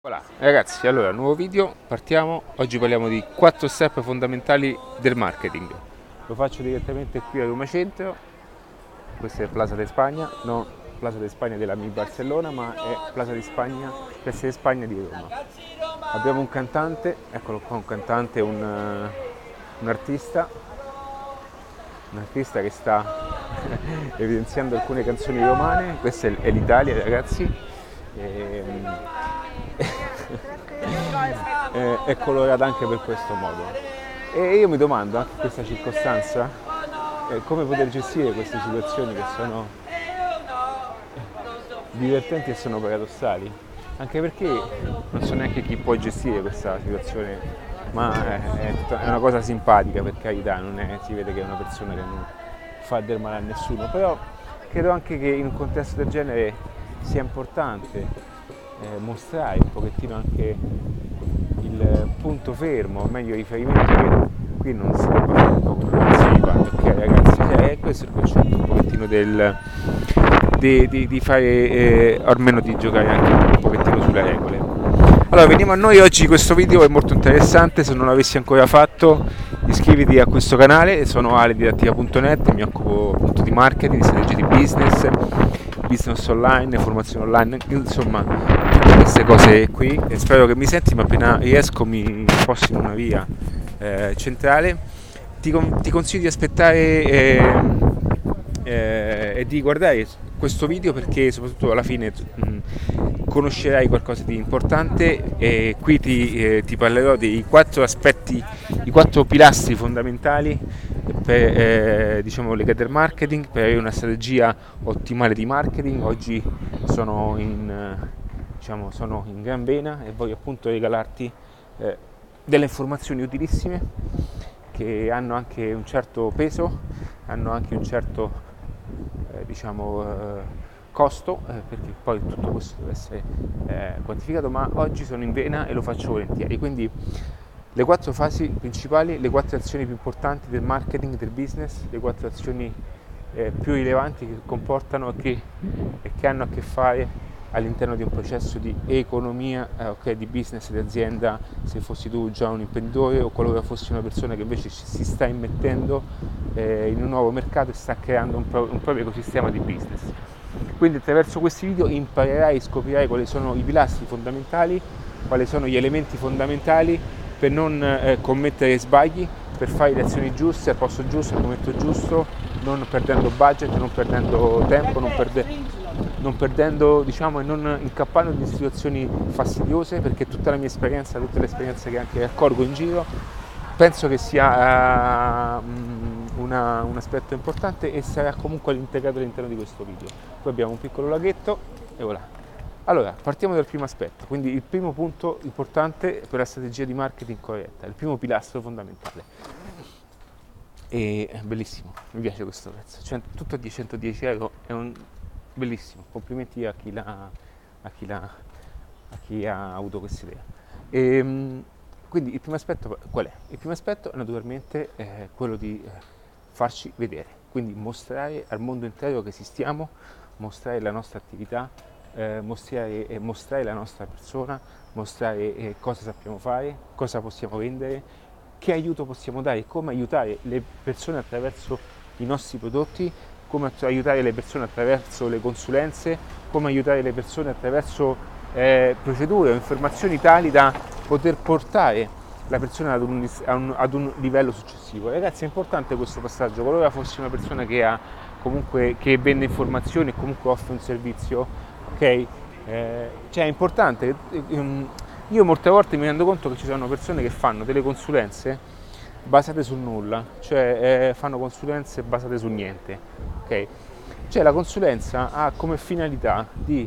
Voilà, ragazzi, allora, nuovo video, partiamo. Oggi parliamo di 4 step fondamentali del marketing. Lo faccio direttamente qui a Roma Centro. Questa è Plaza de Spagna, non Plaza de Spagna della Mi Barcellona, ma è Plaza de Spagna, Piazza di Spagna di Roma. Abbiamo un cantante, eccolo qua, un cantante, un artista che sta evidenziando alcune canzoni romane. Questa è l'Italia, ragazzi. È colorata anche per questo modo. E io mi domando anche in questa circostanza come poter gestire queste situazioni che sono divertenti e sono paradossali, anche perché non so neanche chi può gestire questa situazione, ma è una cosa simpatica, per carità, si vede che è una persona che non fa del male a nessuno, però credo anche che in un contesto del genere sia importante mostrare un pochettino anche il punto fermo, o meglio i riferimenti che qui non si debba fare un po' quello che si fa, ok ragazzi? Questo è il concetto un pochettino di fare, almeno di giocare anche un pochettino sulle regole. Allora, veniamo a noi. Oggi questo video è molto interessante, se non l'avessi ancora fatto iscriviti a questo canale. Sono aledidattiva.net, mi occupo appunto di marketing, di strategie di business online, formazione online, insomma tutte queste cose qui, e spero che mi senti, ma appena riesco mi sposto in una via centrale. Ti consiglio di aspettare e di guardare questo video, perché soprattutto alla fine conoscerai qualcosa di importante, e qui ti parlerò dei 4 aspetti, i 4 pilastri fondamentali per, legati al marketing, per avere una strategia ottimale di marketing. Oggi sono in gran vena e voglio appunto regalarti delle informazioni utilissime che hanno anche un certo peso, hanno anche un certo costo, perché poi tutto questo deve essere quantificato, ma oggi sono in vena e lo faccio volentieri. Quindi le 4 fasi principali, le 4 azioni più importanti del marketing, del business, le 4 azioni più rilevanti che comportano e che hanno a che fare all'interno di un processo di economia, di business, di azienda, se fossi tu già un imprenditore o qualora fossi una persona che invece si sta immettendo in un nuovo mercato e sta creando un proprio ecosistema di business. Quindi attraverso questi video imparerai e scoprirai quali sono i pilastri fondamentali, quali sono gli elementi fondamentali per non commettere sbagli, per fare le azioni giuste al posto giusto, al momento giusto, non perdendo budget, non perdendo tempo, non perdendo, e non incappando in situazioni fastidiose, perché tutta la mia esperienza, tutte le esperienze che anche accorgo in giro, penso che sia un aspetto importante e sarà comunque integrato all'interno di questo video. Poi abbiamo un piccolo laghetto e voilà. Allora, partiamo dal primo aspetto, quindi il primo punto importante per la strategia di marketing corretta, il primo pilastro fondamentale. E è bellissimo, mi piace questo pezzo, tutto a 110 euro, è un bellissimo, complimenti a chi ha avuto questa idea. Quindi il primo aspetto qual è? Il primo aspetto naturalmente è quello di farci vedere, quindi mostrare al mondo intero che esistiamo, mostrare la nostra attività, mostrare la nostra persona, mostrare cosa sappiamo fare, cosa possiamo vendere, che aiuto possiamo dare, come aiutare le persone attraverso i nostri prodotti, come aiutare le persone attraverso le consulenze, come aiutare le persone attraverso procedure o informazioni tali da poter portare la persona ad un livello successivo. Ragazzi, è importante questo passaggio. Qualora fossi una persona che vende informazioni e comunque offre un servizio, ok? È importante. Io molte volte mi rendo conto che ci sono persone che fanno delle consulenze basate sul nulla, cioè fanno consulenze basate su niente, ok? Cioè la consulenza ha come finalità di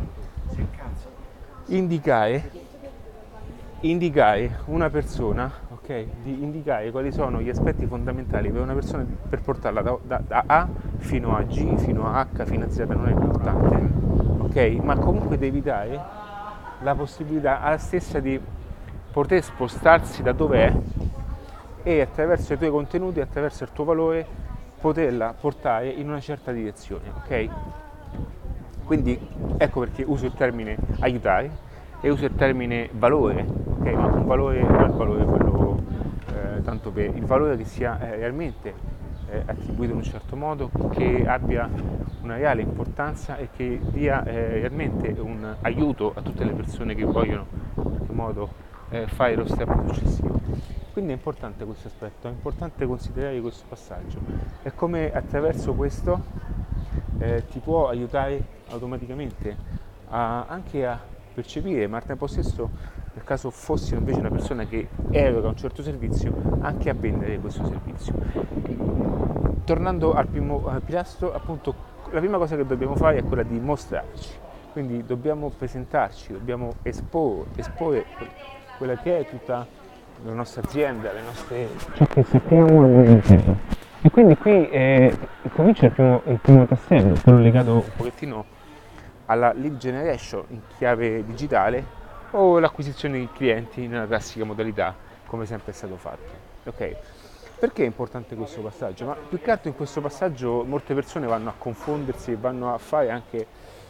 indicare una persona, ok? Di indicare quali sono gli aspetti fondamentali per una persona per portarla da A fino a G, fino a H, fino a Z, non è importante, ok? Ma comunque devi dare la possibilità alla stessa di poter spostarsi da dove è e attraverso i tuoi contenuti, attraverso il tuo valore, poterla portare in una certa direzione, ok? Quindi ecco perché uso il termine aiutare, e uso il termine valore, ok? Ma un valore non è il valore quello tanto per il valore che sia realmente attribuito in un certo modo, che abbia una reale importanza e che dia realmente un aiuto a tutte le persone che vogliono in qualche modo fare lo step successivo. Quindi è importante questo aspetto, è importante considerare questo passaggio e come attraverso questo ti può aiutare automaticamente anche a percepire, ma al tempo stesso, nel caso fossi invece una persona che eroga un certo servizio, anche a vendere questo servizio. Tornando al primo pilastro, appunto, la prima cosa che dobbiamo fare è quella di mostrarci, quindi dobbiamo presentarci, dobbiamo esporre quella che è tutta la nostra azienda, le nostre ciò che sappiamo al mondo intero. E quindi qui comincia il primo tassello, quello legato un pochettino alla lead generation in chiave digitale o l'acquisizione di clienti nella classica modalità, come sempre è stato fatto. Ok? Perché è importante questo passaggio? Ma più che altro in questo passaggio molte persone vanno a confondersi e vanno a fare anche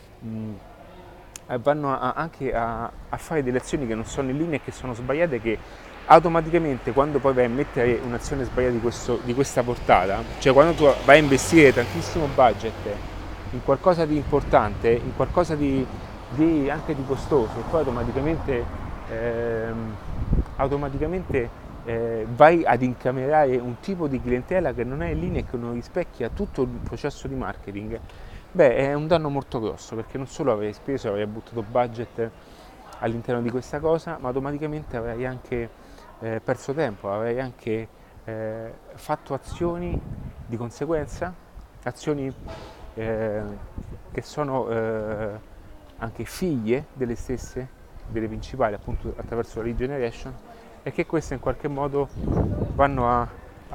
a fare delle azioni che non sono in linea e che sono sbagliate, che automaticamente quando poi vai a mettere un'azione sbagliata di questa portata, cioè quando tu vai a investire tantissimo budget in qualcosa di importante, in qualcosa di anche di costoso, e poi automaticamente vai ad incamerare un tipo di clientela che non è in linea e che non rispecchia tutto il processo di marketing, beh, è un danno molto grosso, perché non solo avrai speso, avrai buttato budget all'interno di questa cosa, ma automaticamente avrai anche perso tempo, avrai anche fatto azioni di conseguenza, azioni che sono anche figlie delle stesse, delle principali, appunto attraverso la lead generation, e che queste in qualche modo vanno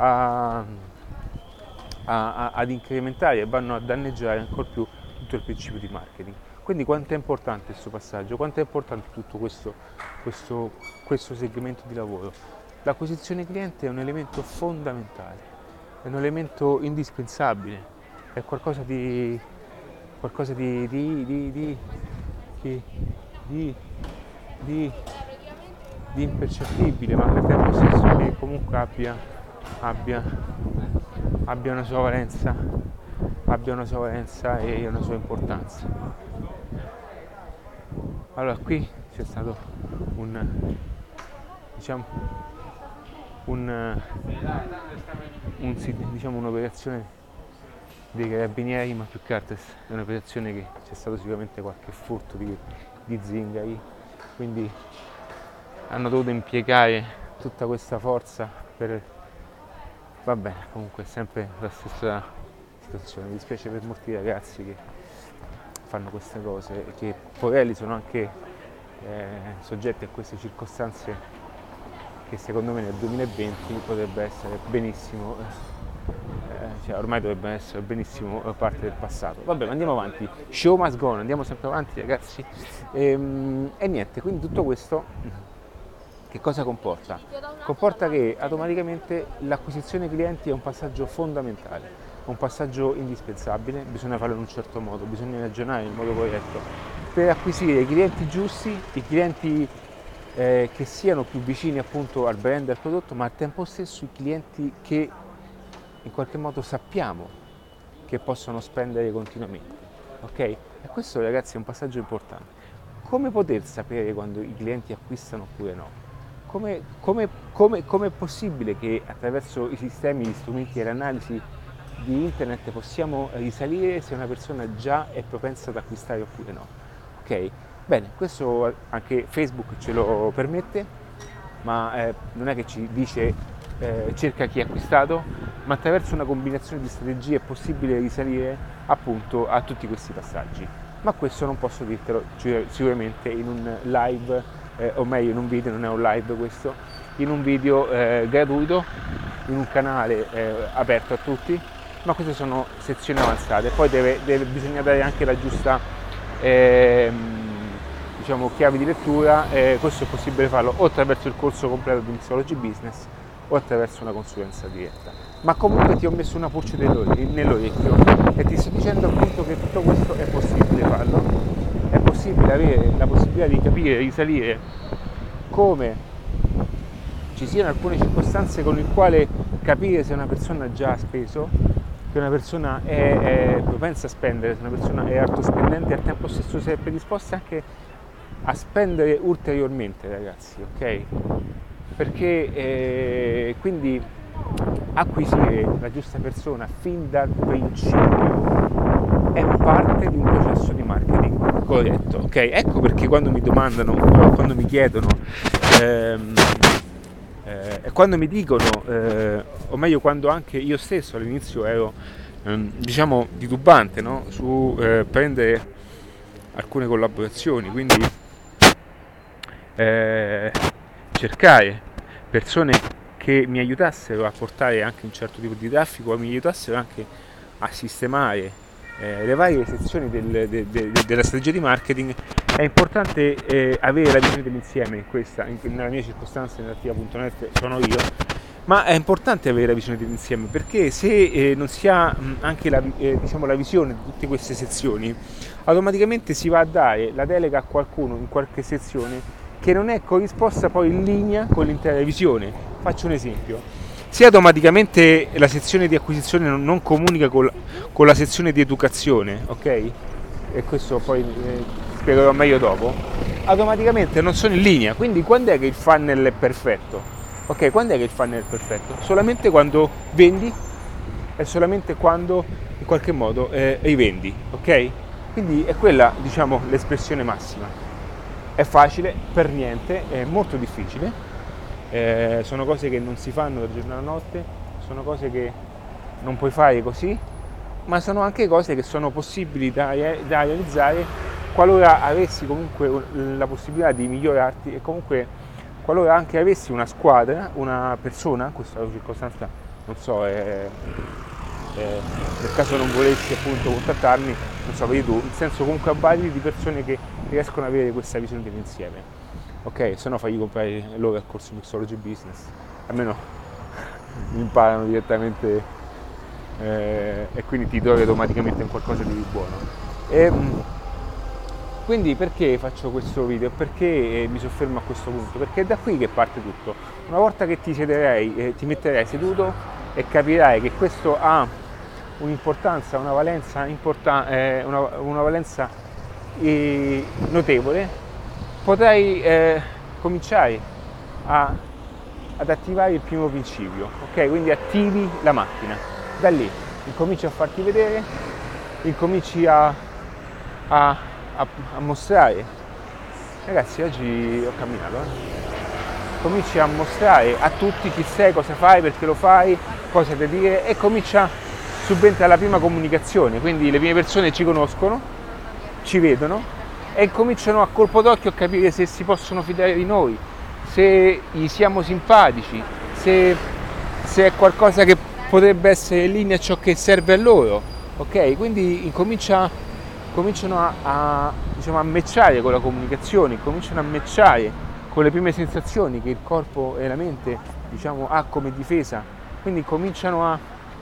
ad incrementare e vanno a danneggiare ancora più tutto il principio di marketing. Quindi quanto è importante questo passaggio, quanto è importante tutto questo segmento di lavoro? L'acquisizione cliente è un elemento fondamentale, è un elemento indispensabile, è qualcosa di impercettibile, ma al tempo stesso che comunque abbia una sua valenza, e una sua importanza. Allora qui c'è stato un'operazione dei carabinieri, ma più che altro è un'operazione che c'è stato sicuramente qualche furto di zingari, quindi hanno dovuto impiegare tutta questa forza per... va bene, comunque è sempre la stessa situazione. Mi dispiace per molti ragazzi che fanno queste cose e che poverelli sono anche soggetti a queste circostanze che secondo me nel 2020 potrebbe essere benissimo ormai dovrebbe essere benissimo parte del passato. Vabbè, ma andiamo avanti, show must go on, andiamo sempre avanti ragazzi. E niente, quindi tutto questo che cosa comporta? Comporta che automaticamente l'acquisizione clienti è un passaggio fondamentale, un passaggio indispensabile, bisogna farlo in un certo modo, bisogna ragionare in modo corretto per acquisire i clienti giusti, i clienti che siano più vicini appunto al brand e al prodotto, ma al tempo stesso i clienti che in qualche modo sappiamo che possono spendere continuamente, ok? E questo ragazzi è un passaggio importante. Come poter sapere quando i clienti acquistano oppure no? Come è possibile che attraverso i sistemi, gli strumenti e l'analisi di internet possiamo risalire se una persona già è propensa ad acquistare oppure no? Ok? Bene, questo anche Facebook ce lo permette, ma non è che ci dice cerca chi ha acquistato, ma attraverso una combinazione di strategie è possibile risalire appunto a tutti questi passaggi. Ma questo non posso dirtelo sicuramente in un live, o meglio in un video, non è un live questo, in un video gratuito, in un canale aperto a tutti, ma queste sono sezioni avanzate. Poi bisogna dare anche la giusta chiave di lettura, questo è possibile farlo o attraverso il corso completo di Mixology Business o attraverso una consulenza diretta. Ma comunque ti ho messo una pulce nell'orecchio e ti sto dicendo appunto che tutto questo è possibile farlo, è possibile possibile avere la possibilità di capire, di risalire come ci siano alcune circostanze con il quale capire se una persona già ha speso, che una persona è propensa a spendere, se una persona è altospendente e al tempo stesso se è predisposta anche a spendere ulteriormente, ragazzi, ok? Perché quindi acquisire la giusta persona fin dal principio è parte di un processo di marketing corretto, ok? Ecco perché quando mi domandano, quando mi chiedono e quando mi dicono, o meglio quando anche io stesso all'inizio ero diciamo titubante, no? Su prendere alcune collaborazioni, quindi cercare persone che mi aiutassero a portare anche un certo tipo di traffico, mi aiutassero anche a sistemare le varie sezioni della strategia di marketing. È importante avere la visione dell'insieme in questa, nella mia circostanza, nell'attiva.net sono io, ma è importante avere la visione dell'insieme, perché se non si ha anche diciamo, la visione di tutte queste sezioni, automaticamente si va a dare la delega a qualcuno in qualche sezione che non è corrisposta poi in linea con l'intera visione. Faccio un esempio: se automaticamente la sezione di acquisizione non comunica con la sezione di educazione, ok? E questo poi spiegherò meglio dopo, automaticamente non sono in linea. Quindi quando è che il funnel è perfetto? Ok, quando è che il funnel è perfetto? Solamente quando vendi e solamente quando in qualche modo rivendi, ok? Quindi è quella, diciamo, l'espressione massima. È facile? Per niente, è molto difficile, sono cose che non si fanno da giorno alla notte, sono cose che non puoi fare così, ma sono anche cose che sono possibili da realizzare qualora avessi comunque la possibilità di migliorarti e comunque qualora anche avessi una squadra, una persona, in questa circostanza non so, nel caso non volessi appunto contattarmi, non so, vedi tu, in senso comunque a base di persone che riescono ad avere questa visione dell'insieme, ok? Se no fagli comprare loro il corso Mixology Business, almeno imparano direttamente e quindi ti trovi automaticamente in qualcosa di buono. Quindi perché faccio questo video? Perché mi soffermo a questo punto? Perché è da qui che parte tutto. Una volta che ti siederei, ti metterai seduto e capirai che questo ha un'importanza, una valenza notevole, potrai cominciare ad attivare il primo principio, ok? Quindi attivi la macchina, da lì incominci a farti vedere, incominci a mostrare. Ragazzi, oggi ho camminato, cominci a mostrare a tutti chi sei, cosa fai, perché lo fai, cosa da dire, e subentra la prima comunicazione. Quindi le prime persone ci conoscono, ci vedono e cominciano a colpo d'occhio a capire se si possono fidare di noi, se gli siamo simpatici, se è qualcosa che potrebbe essere in linea a ciò che serve a loro, ok? Quindi cominciano diciamo, a matchare con la comunicazione, cominciano a matchare con le prime sensazioni che il corpo e la mente, diciamo, ha come difesa. Quindi cominciano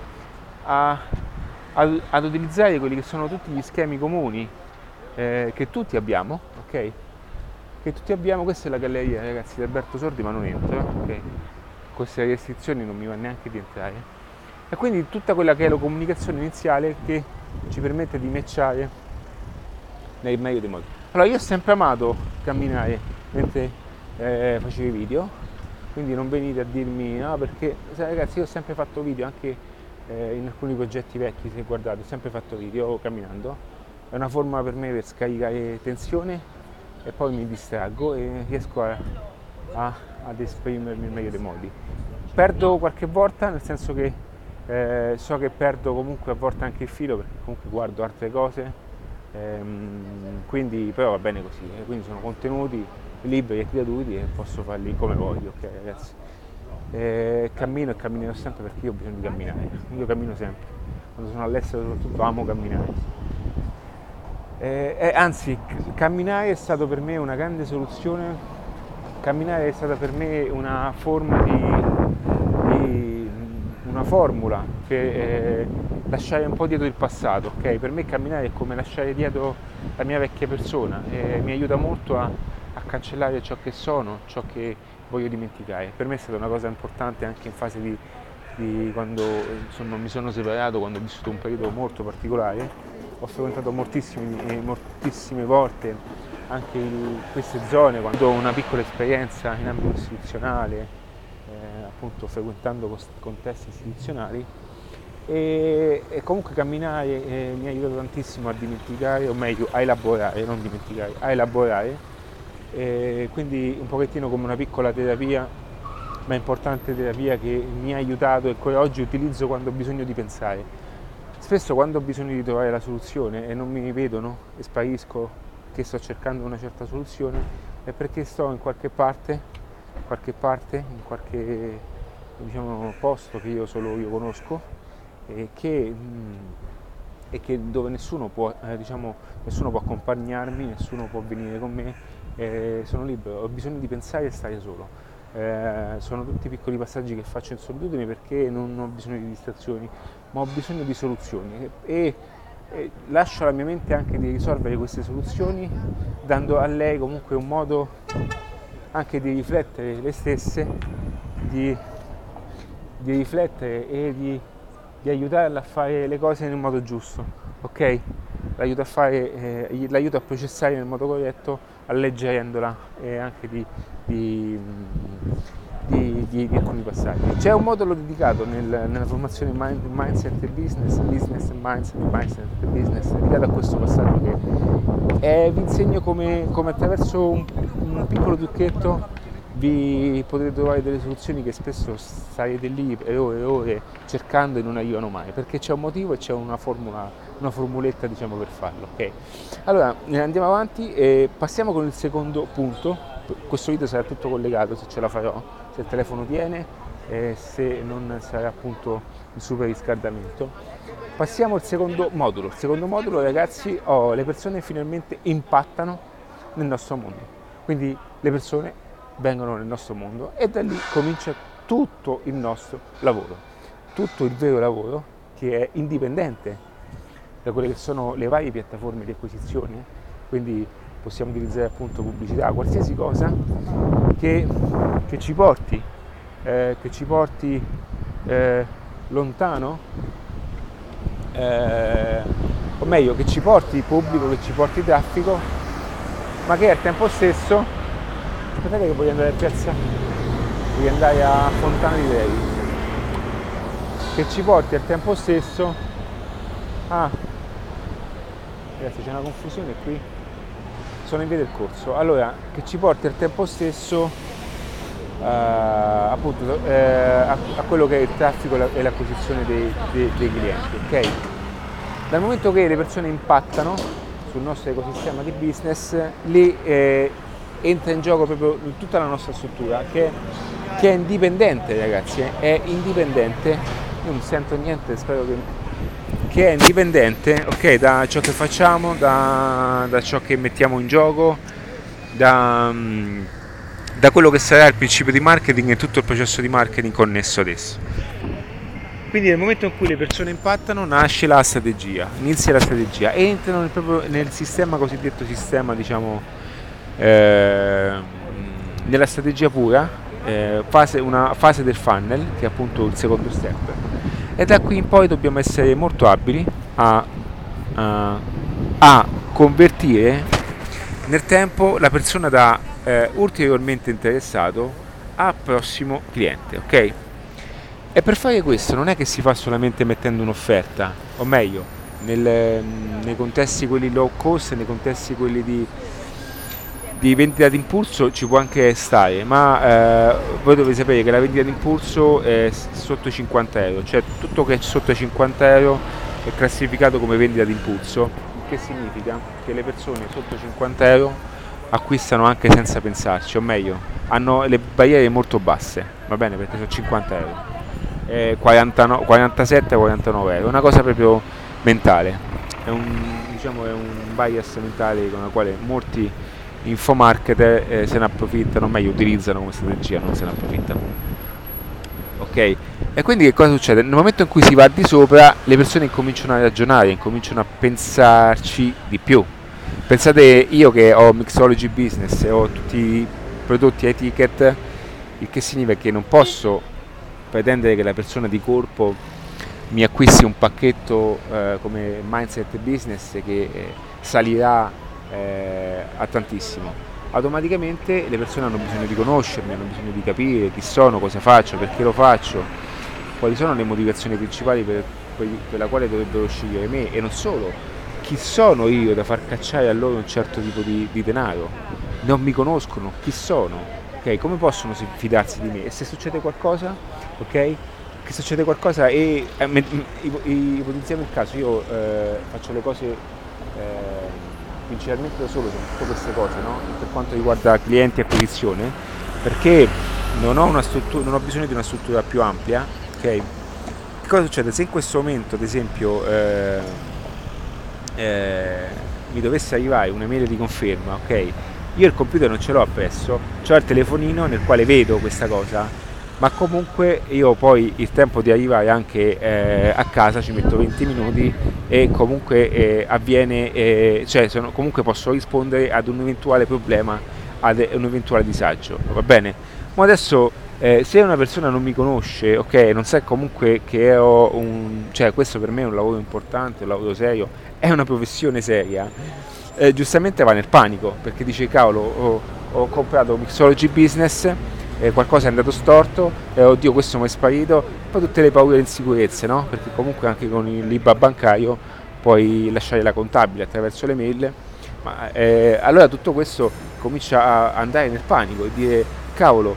ad utilizzare quelli che sono tutti gli schemi comuni che tutti abbiamo, ok? Che tutti abbiamo. Questa è la galleria, ragazzi, di Alberto Sordi, ma non entro, ok? Queste restrizioni non mi va neanche di entrare. E quindi tutta quella che è la comunicazione iniziale che ci permette di matchare nel meglio dei modi. Allora, io ho sempre amato camminare mentre facevo i video, quindi non venite a dirmi no, perché ragazzi, io ho sempre fatto video anche in alcuni progetti vecchi, se guardate, ho sempre fatto video camminando. È una forma per me per scaricare tensione e poi mi distraggo e riesco ad esprimermi nel meglio dei modi. Perdo qualche volta, nel senso che so che perdo comunque a volte anche il filo, perché comunque guardo altre cose, quindi però va bene così, quindi sono contenuti liberi e gratuiti e posso farli come voglio, ok ragazzi? Cammino e camminerò sempre, perché io ho bisogno di camminare, io cammino sempre, quando sono all'estero soprattutto amo camminare. Anzi, camminare è stato per me una grande soluzione, camminare è stata per me una forma una formula per lasciare un po' dietro il passato, ok? Per me camminare è come lasciare dietro la mia vecchia persona, mi aiuta molto a cancellare ciò che sono, ciò che voglio dimenticare. Per me è stata una cosa importante anche in fase di quando insomma, mi sono separato, quando ho vissuto un periodo molto particolare. Ho frequentato moltissime volte anche queste zone quando ho una piccola esperienza in ambito istituzionale, appunto frequentando contesti istituzionali, e comunque camminare mi ha aiutato tantissimo a dimenticare, o meglio a elaborare, non dimenticare, a elaborare, quindi un pochettino come una piccola terapia, ma importante terapia che mi ha aiutato e che oggi utilizzo quando ho bisogno di pensare. Spesso quando ho bisogno di trovare la soluzione e non mi vedono e sparisco che sto cercando una certa soluzione, è perché sto in qualche parte, in qualche diciamo, posto che solo io conosco e che dove nessuno può accompagnarmi, nessuno può venire con me, sono libero, ho bisogno di pensare e stare solo. Sono tutti piccoli passaggi che faccio in solitudine perché non ho bisogno di distrazioni, ma ho bisogno di soluzioni e lascio alla mia mente anche di risolvere queste soluzioni, dando a lei comunque un modo anche di riflettere le stesse, di riflettere e di aiutarla a fare le cose nel modo giusto, ok? L'aiuto a processare nel modo corretto, alleggerendola e anche di alcuni passaggi. C'è un modulo dedicato nella formazione Mindset e Business Mindset e Business, dedicato a questo passaggio che vi insegno come attraverso un piccolo trucchetto vi potete trovare delle soluzioni che spesso starete lì per ore e ore cercando e non arrivano mai, perché c'è un motivo e c'è una formuletta diciamo per farlo, ok? Allora andiamo avanti e passiamo con il secondo punto. Questo video sarà tutto collegato se ce la farò, se il telefono tiene, se non sarà appunto il super riscaldamento. Passiamo al secondo modulo. Il secondo modulo, ragazzi, le persone finalmente impattano nel nostro mondo, quindi le persone vengono nel nostro mondo e da lì comincia tutto il nostro lavoro, tutto il vero lavoro che è indipendente da quelle che sono le varie piattaforme di acquisizione, quindi possiamo utilizzare appunto pubblicità, qualsiasi cosa che ci porti lontano, o meglio che ci porti pubblico, che ci porti traffico, ma che al tempo stesso, aspettate che voglio andare a piazza, voglio andare a Fontana di Trevi, che ci porti al tempo stesso ragazzi c'è una confusione qui, sono in via del Corso, allora che ci porti al tempo stesso appunto a quello che è il traffico e l'acquisizione dei clienti, ok? Dal momento che le persone impattano sul nostro ecosistema di business, lì entra in gioco proprio tutta la nostra struttura che è indipendente, ragazzi, è indipendente, io non sento niente, spero che è indipendente, ok, da ciò che facciamo, da ciò che mettiamo in gioco, da quello che sarà il principio di marketing e tutto il processo di marketing connesso ad esso. Quindi nel momento in cui le persone impattano nasce la strategia, inizia la strategia, entrano proprio nel sistema, cosiddetto sistema, diciamo, nella strategia pura, una fase del funnel, che è appunto il secondo step, e da qui in poi dobbiamo essere molto abili a convertire nel tempo la persona da ulteriormente interessato a prossimo cliente, ok? E per fare questo non è che si fa solamente mettendo un'offerta, o meglio, nei contesti quelli low cost, nei contesti quelli di vendita d'impulso ci può anche stare, ma voi dovete sapere che la vendita d'impulso è sotto i 50 euro, cioè tutto che è sotto i 50 euro è classificato come vendita d'impulso, che significa che le persone sotto i 50 euro acquistano anche senza pensarci, o meglio, hanno le barriere molto basse, va bene, perché sono 50 euro. 47-49 euro, una cosa proprio mentale, è un bias mentale con la quale molti infomarketer se ne approfittano, meglio utilizzano come strategia, non se ne approfittano, ok? E quindi che cosa succede? Nel momento in cui si va di sopra le persone incominciano a ragionare, incominciano a pensarci di più, Pensate, io che ho Mixology Business e ho tutti i prodotti a etiquette, il che significa che non posso pretendere che la persona di colpo mi acquisti un pacchetto come Mindset Business che salirà a tantissimo. Automaticamente le persone hanno bisogno di conoscermi, hanno bisogno di capire chi sono, cosa faccio, perché lo faccio, quali sono le motivazioni principali per la quale dovrebbero scegliere me, e non solo, chi sono io da far cacciare a loro un certo tipo di denaro. Non mi conoscono, chi sono, ok? Come possono fidarsi di me? E se succede qualcosa, ok? Che succede qualcosa e ipotizziamo il caso, io faccio le cose principalmente da solo, sono tutte queste cose, no? Per quanto riguarda clienti e acquisizione, perché non ho bisogno di una struttura più ampia, ok? Che cosa succede? Se in questo momento, ad esempio, mi dovesse arrivare un'email di conferma, ok? Io il computer non ce l'ho appresso, c'ho il telefonino nel quale vedo questa cosa, ma comunque io poi il tempo di arrivare anche a casa ci metto 20 minuti e comunque avviene, comunque posso rispondere ad un eventuale problema, ad un eventuale disagio, va bene? Ma adesso se una persona non mi conosce, ok, non sa comunque che cioè questo per me è un lavoro importante, un lavoro serio, è una professione seria, giustamente va nel panico perché dice cavolo, ho comprato Mixology Business, qualcosa è andato storto, oddio questo mi è sparito, poi tutte le paure e insicurezze, no? Perché comunque anche con il l'IBA bancario puoi lasciare la contabile attraverso le mail, ma allora tutto questo comincia a andare nel panico e dire cavolo,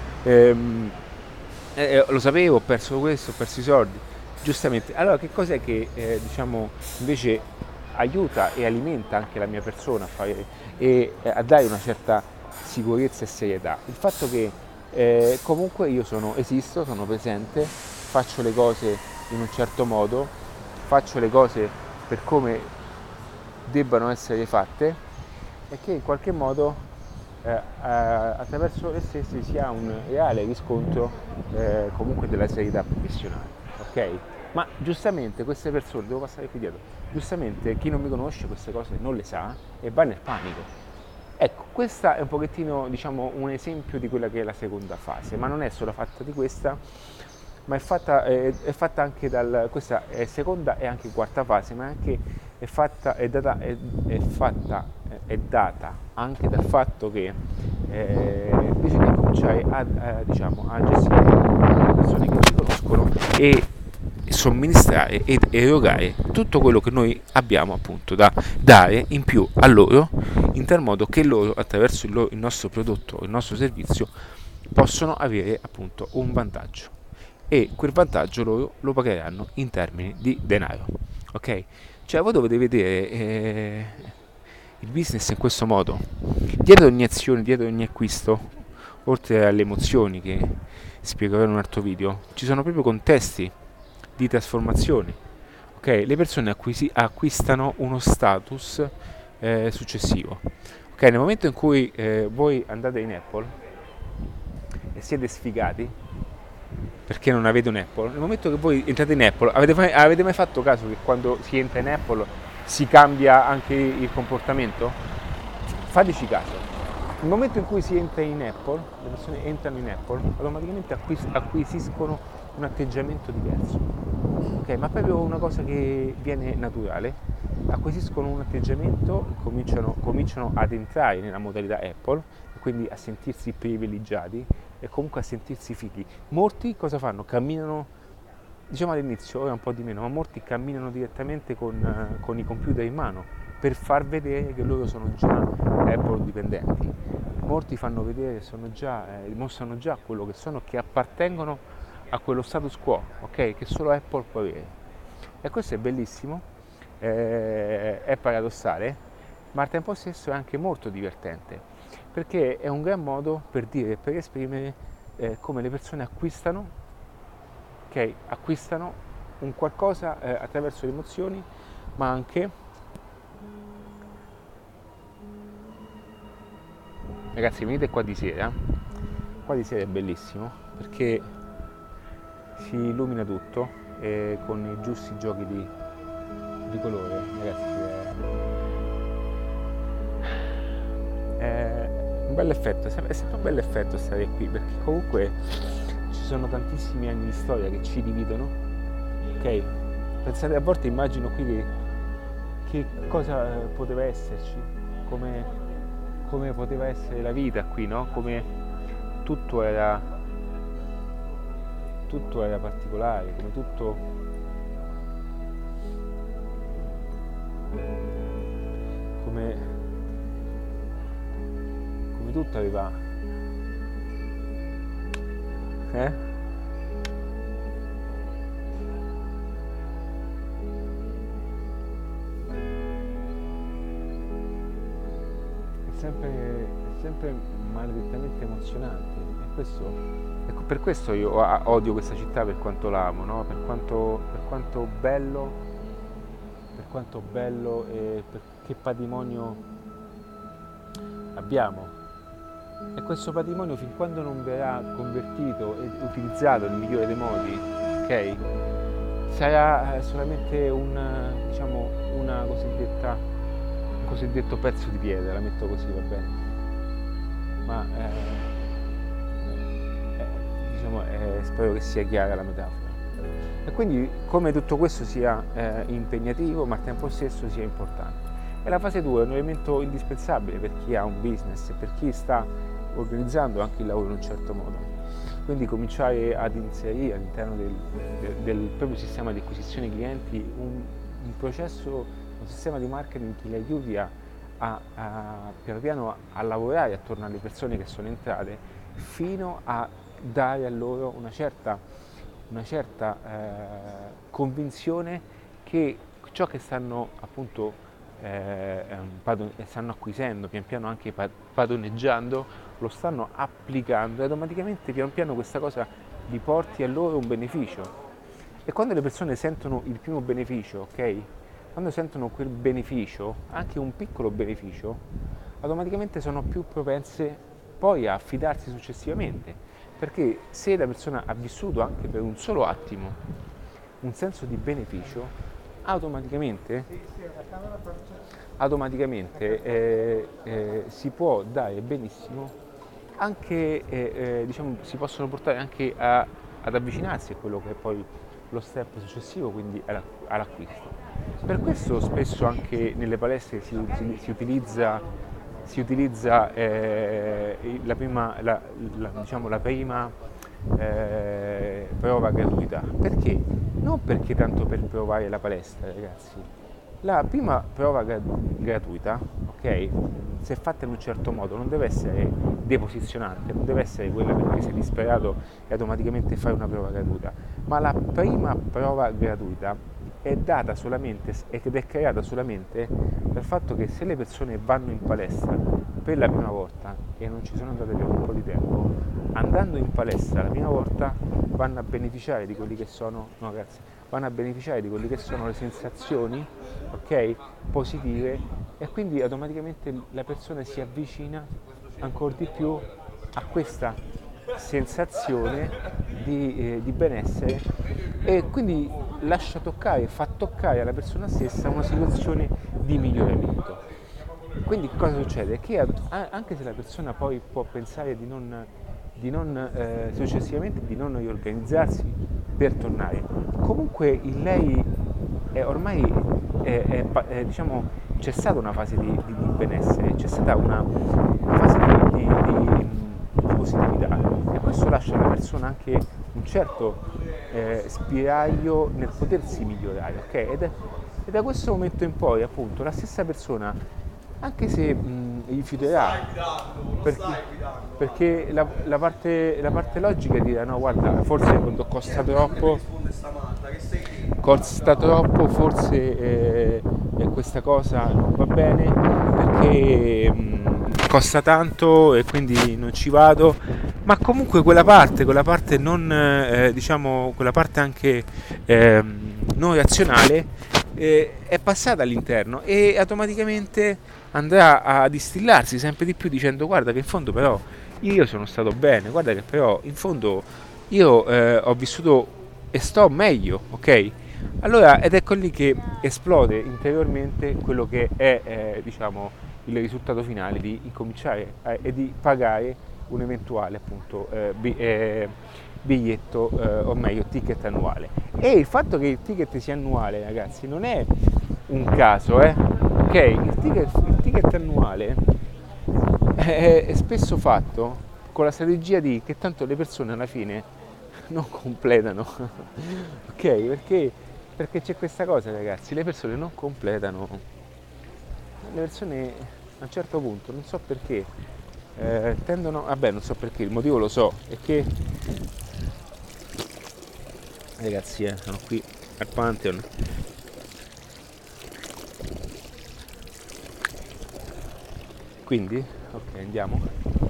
lo sapevo, ho perso questo, ho perso i soldi, giustamente. Allora che cos'è che diciamo invece aiuta e alimenta anche la mia persona a fare e a dare una certa sicurezza e serietà? Il fatto che comunque io esisto, sono presente, faccio le cose in un certo modo, faccio le cose per come debbano essere fatte e che in qualche modo attraverso le stesse si ha un reale riscontro comunque della serietà professionale, ok? Ma giustamente queste persone, devo passare qui dietro, giustamente chi non mi conosce queste cose non le sa e va nel panico. Ecco, questa è un pochettino, diciamo, un esempio di quella che è la seconda fase, ma non è solo fatta di questa, ma è fatta anche questa è seconda e anche quarta fase, ma è data anche dal fatto che bisogna cominciare diciamo, a gestire le persone che ci conoscono e somministrare ed erogare tutto quello che noi abbiamo appunto da dare in più a loro, in tal modo che loro attraverso il nostro prodotto o il nostro servizio possono avere appunto un vantaggio e quel vantaggio loro lo pagheranno in termini di denaro, ok? Cioè voi dovete vedere il business in questo modo, dietro ogni azione, dietro ogni acquisto, oltre alle emozioni che spiegherò in un altro video, ci sono proprio contesti di trasformazione, ok? Le persone acquistano uno status successivo, ok? Nel momento in cui voi andate in Apple e siete sfigati perché non avete un Apple, nel momento che voi entrate in Apple, avete mai fatto caso che quando si entra in Apple si cambia anche il comportamento? Fateci caso. Nel momento in cui si entra in Apple, le persone entrano in Apple, automaticamente acquisiscono un atteggiamento diverso. Ok, ma proprio una cosa che viene naturale. Acquisiscono un atteggiamento, cominciano ad entrare nella modalità Apple, quindi a sentirsi privilegiati e comunque a sentirsi fighi. Molti cosa fanno? Camminano, diciamo all'inizio, ora un po' di meno, ma molti camminano direttamente con i computer in mano per far vedere che loro sono già Apple dipendenti. Molti fanno vedere che mostrano già quello che sono, che appartengono a quello status quo, ok? Che solo Apple può avere. E questo è bellissimo, è paradossale, ma al tempo stesso è anche molto divertente, perché è un gran modo per dire e per esprimere come le persone acquistano un qualcosa attraverso le emozioni, ma anche, ragazzi, venite qua di sera è bellissimo perché si illumina tutto e con i giusti giochi di colore, ragazzi, un bel effetto, è sempre un bel effetto stare qui, perché comunque ci sono tantissimi anni di storia che ci dividono, ok? Pensate, a volte immagino qui che cosa poteva esserci, come poteva essere la vita qui, no? Come tutto era particolare, come tutto aveva è sempre maledettamente emozionante, e ecco, per questo io odio questa città, per quanto l'amo, no? Per quanto bello e per che patrimonio abbiamo. E questo patrimonio, fin quando non verrà convertito e utilizzato nel migliore dei modi, ok? Sarà solamente un cosiddetto pezzo di pietra, la metto così, va bene? Ma spero che sia chiara la metafora. E quindi, come tutto questo sia impegnativo, ma al tempo stesso sia importante. E la fase 2 è un elemento indispensabile per chi ha un business e per chi sta organizzando anche il lavoro in un certo modo. Quindi cominciare ad inserire all'interno del proprio sistema di acquisizione clienti un processo, un sistema di marketing che li aiuti piano piano a lavorare attorno alle persone che sono entrate, fino a dare a loro una certa convinzione che ciò che stanno appunto stanno acquisendo, pian piano anche padroneggiando, lo stanno applicando, e automaticamente pian piano questa cosa gli porti a loro un beneficio. E quando le persone sentono il primo beneficio, ok? Quando sentono quel beneficio, anche un piccolo beneficio, automaticamente sono più propense poi a fidarsi successivamente, perché se la persona ha vissuto anche per un solo attimo un senso di beneficio, automaticamente si può dare benissimo anche, si possono portare anche ad avvicinarsi a quello che è poi lo step successivo, quindi all'acquisto. Per questo spesso anche nelle palestre si utilizza la prima prova gratuita. Perché? Non perché tanto per provare la palestra, ragazzi. La prima prova gratuita, ok, se fatta in un certo modo, non deve essere deposizionante, non deve essere quella perché sei disperato e automaticamente fai una prova gratuita, ma la prima prova gratuita è data solamente ed è creata solamente dal fatto che se le persone vanno in palestra per la prima volta e non ci sono andate per un po' di tempo, andando in palestra la prima volta vanno a beneficiare di quelli che sono, le sensazioni, ok, positive, e quindi automaticamente la persona si avvicina ancora di più a questa sensazione di benessere, e quindi fa toccare alla persona stessa una situazione di miglioramento. Quindi cosa succede? Che anche se la persona poi può pensare successivamente di non riorganizzarsi per tornare, comunque in lei c'è stata una fase di benessere, c'è stata una fase di positività, e questo lascia alla persona anche un certo spiraglio nel potersi migliorare, ok? E da questo momento in poi, appunto, la stessa persona, anche se rifiuterà, perché la parte logica dirà: no, guarda, forse quando costa troppo, forse questa cosa non va bene perché costa tanto e quindi non ci vado. Ma comunque quella parte non quella parte anche non razionale è passata all'interno, e automaticamente andrà a distillarsi sempre di più, dicendo: guarda che in fondo però io sono stato bene, guarda che però in fondo io ho vissuto e sto meglio, ok? Allora, ed ecco lì che esplode interiormente quello che è il risultato finale di incominciare e di pagare un eventuale appunto biglietto o meglio ticket annuale. E il fatto che il ticket sia annuale, ragazzi, non è un caso, ok? Il ticket annuale è spesso fatto con la strategia di che tanto le persone alla fine non completano, ok? Perché c'è questa cosa, ragazzi, le persone non completano, le persone a un certo punto, non so perché, tendono, vabbè non so perché, il motivo lo so, è che, ragazzi sono qui al Pantheon, quindi, ok andiamo,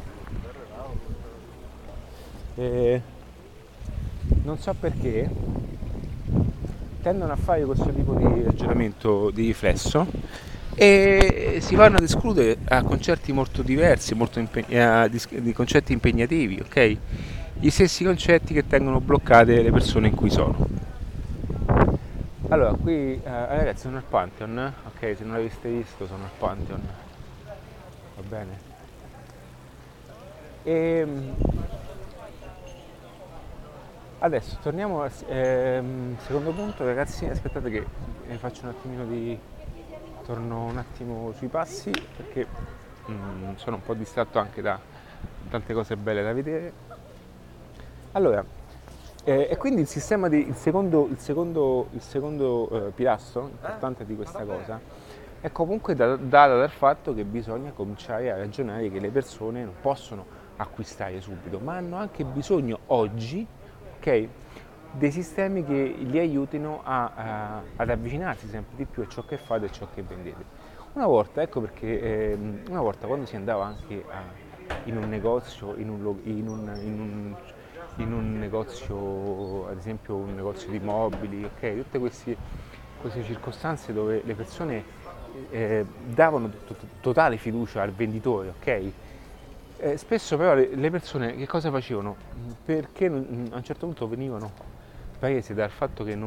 non so perché tendono a fare questo tipo di ragionamento di riflesso e si vanno ad escludere a concetti molto diversi, di concetti impegnativi, ok? Gli stessi concetti che tengono bloccate le persone in cui sono. Allora, qui ragazzi sono al Pantheon, ok? Se non l'aveste visto sono al Pantheon, va bene? E adesso torniamo al secondo punto, ragazzi. Aspettate che faccio un attimino di... torno un attimo sui passi perché sono un po' distratto anche da tante cose belle da vedere. Allora, e quindi il secondo pilastro importante di questa cosa è comunque dato dal fatto che bisogna cominciare a ragionare che le persone non possono acquistare subito, ma hanno anche bisogno oggi, ok, dei sistemi che li aiutino ad avvicinarsi sempre di più a ciò che fate e a ciò che vendete. Una volta, ecco perché una volta quando si andava anche in un negozio, in un negozio, ad esempio un negozio di mobili, ok, tutte queste circostanze dove le persone davano totale fiducia al venditore, ok? Spesso però le persone che cosa facevano? Perché a un certo punto venivano prese dal fatto che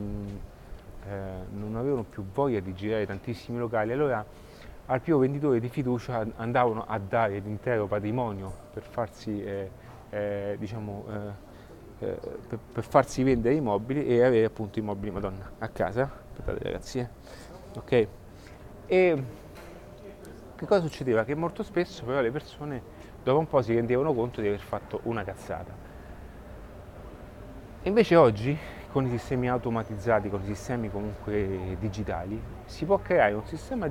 non avevano più voglia di girare tantissimi locali, allora al primo venditore di fiducia andavano a dare l'intero patrimonio per farsi, per farsi vendere i mobili e avere appunto i mobili, madonna, a casa. Aspettate ragazzi, ok? E che cosa succedeva? Che molto spesso però le persone dopo un po' si rendevano conto di aver fatto una cazzata. E invece oggi, con i sistemi automatizzati, con i sistemi comunque digitali, si può creare un sistema